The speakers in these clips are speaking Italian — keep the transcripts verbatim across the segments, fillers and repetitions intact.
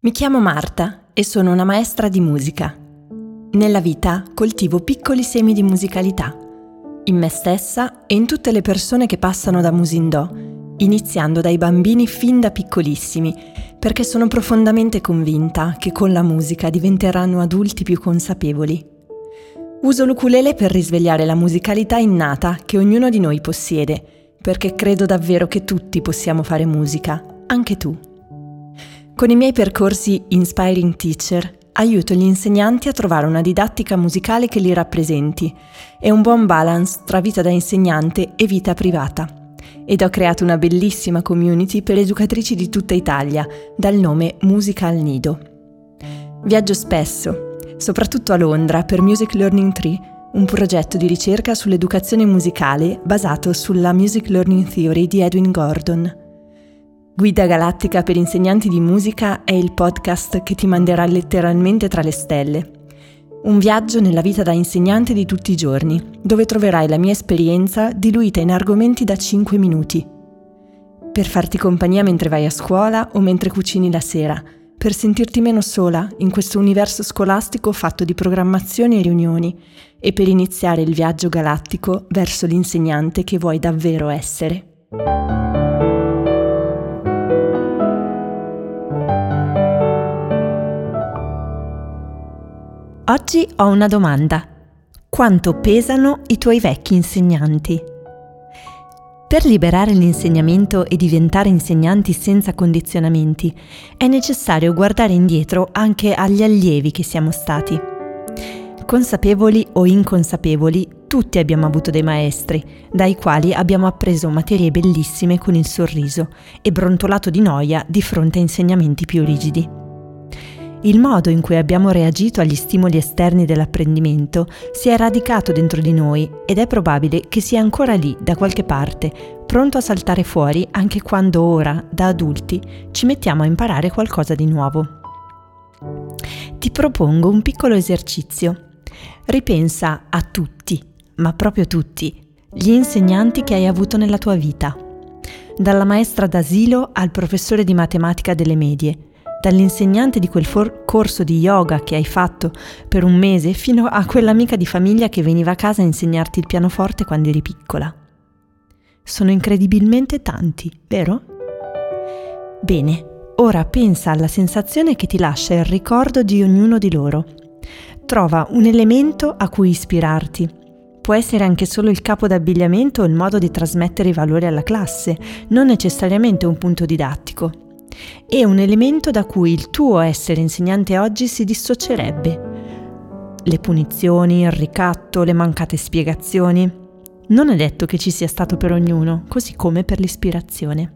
Mi chiamo Marta e sono una maestra di musica. Nella vita coltivo piccoli semi di musicalità, in me stessa e in tutte le persone che passano da Musindò, iniziando dai bambini fin da piccolissimi, perché sono profondamente convinta che con la musica diventeranno adulti più consapevoli. Uso l'ukulele per risvegliare la musicalità innata che ognuno di noi possiede, perché credo davvero che tutti possiamo fare musica, anche tu. Con i miei percorsi Inspiring Teacher aiuto gli insegnanti a trovare una didattica musicale che li rappresenti e un buon balance tra vita da insegnante e vita privata. Ed ho creato una bellissima community per educatrici di tutta Italia, dal nome Musica al Nido. Viaggio spesso, soprattutto a Londra, per Music Learning Tree, un progetto di ricerca sull'educazione musicale basato sulla Music Learning Theory di Edwin Gordon. Guida Galattica per insegnanti di musica è il podcast che ti manderà letteralmente tra le stelle. Un viaggio nella vita da insegnante di tutti i giorni, dove troverai la mia esperienza diluita in argomenti da cinque minuti. Per farti compagnia mentre vai a scuola o mentre cucini la sera, per sentirti meno sola in questo universo scolastico fatto di programmazioni e riunioni, e per iniziare il viaggio galattico verso l'insegnante che vuoi davvero essere. Oggi ho una domanda. Quanto pesano i tuoi vecchi insegnanti? Per liberare l'insegnamento e diventare insegnanti senza condizionamenti, è necessario guardare indietro anche agli allievi che siamo stati. Consapevoli o inconsapevoli, tutti abbiamo avuto dei maestri, dai quali abbiamo appreso materie bellissime con il sorriso e brontolato di noia di fronte a insegnamenti più rigidi. Il modo in cui abbiamo reagito agli stimoli esterni dell'apprendimento si è radicato dentro di noi ed è probabile che sia ancora lì, da qualche parte, pronto a saltare fuori anche quando ora, da adulti, ci mettiamo a imparare qualcosa di nuovo. Ti propongo un piccolo esercizio. Ripensa a tutti, ma proprio tutti, gli insegnanti che hai avuto nella tua vita. Dalla maestra d'asilo al professore di matematica delle medie, dall'insegnante di quel for- corso di yoga che hai fatto per un mese fino a quell'amica di famiglia che veniva a casa a insegnarti il pianoforte quando eri piccola. Sono incredibilmente tanti, vero? Bene, ora pensa alla sensazione che ti lascia il ricordo di ognuno di loro. Trova un elemento a cui ispirarti. Può essere anche solo il capo d'abbigliamento o il modo di trasmettere i valori alla classe, non necessariamente un punto didattico. E un elemento da cui il tuo essere insegnante oggi si dissocierebbe. Le punizioni, il ricatto, le mancate spiegazioni. Non è detto che ci sia stato per ognuno, così come per l'ispirazione.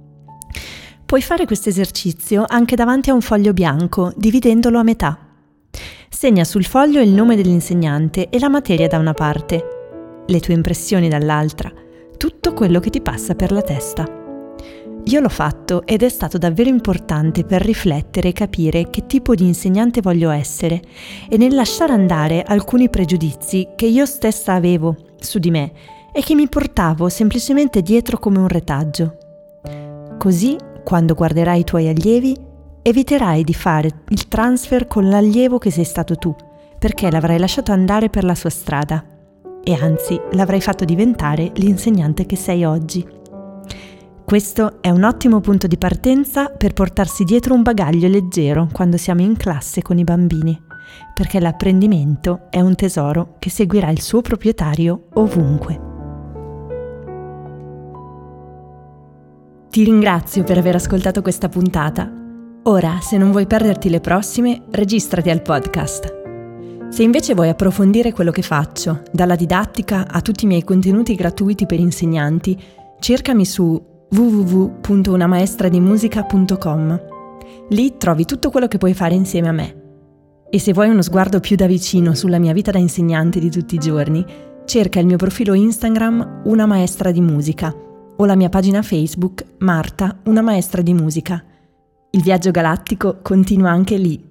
Puoi fare questo esercizio anche davanti a un foglio bianco, dividendolo a metà. Segna sul foglio il nome dell'insegnante e la materia da una parte, le tue impressioni dall'altra, tutto quello che ti passa per la testa. Io l'ho fatto ed è stato davvero importante per riflettere e capire che tipo di insegnante voglio essere e nel lasciare andare alcuni pregiudizi che io stessa avevo su di me e che mi portavo semplicemente dietro come un retaggio. Così, quando guarderai i tuoi allievi, eviterai di fare il transfer con l'allievo che sei stato tu, perché l'avrai lasciato andare per la sua strada e anzi l'avrai fatto diventare l'insegnante che sei oggi. Questo è un ottimo punto di partenza per portarsi dietro un bagaglio leggero quando siamo in classe con i bambini, perché l'apprendimento è un tesoro che seguirà il suo proprietario ovunque. Ti ringrazio per aver ascoltato questa puntata. Ora, se non vuoi perderti le prossime, registrati al podcast. Se invece vuoi approfondire quello che faccio, dalla didattica a tutti i miei contenuti gratuiti per insegnanti, cercami su w w w punto una maestra di musica punto com. Lì trovi tutto quello che puoi fare insieme a me. E se vuoi uno sguardo più da vicino sulla mia vita da insegnante di tutti i giorni, cerca il mio profilo Instagram Una Maestra di Musica o la mia pagina Facebook Marta, una maestra di musica. Il viaggio galattico continua anche lì.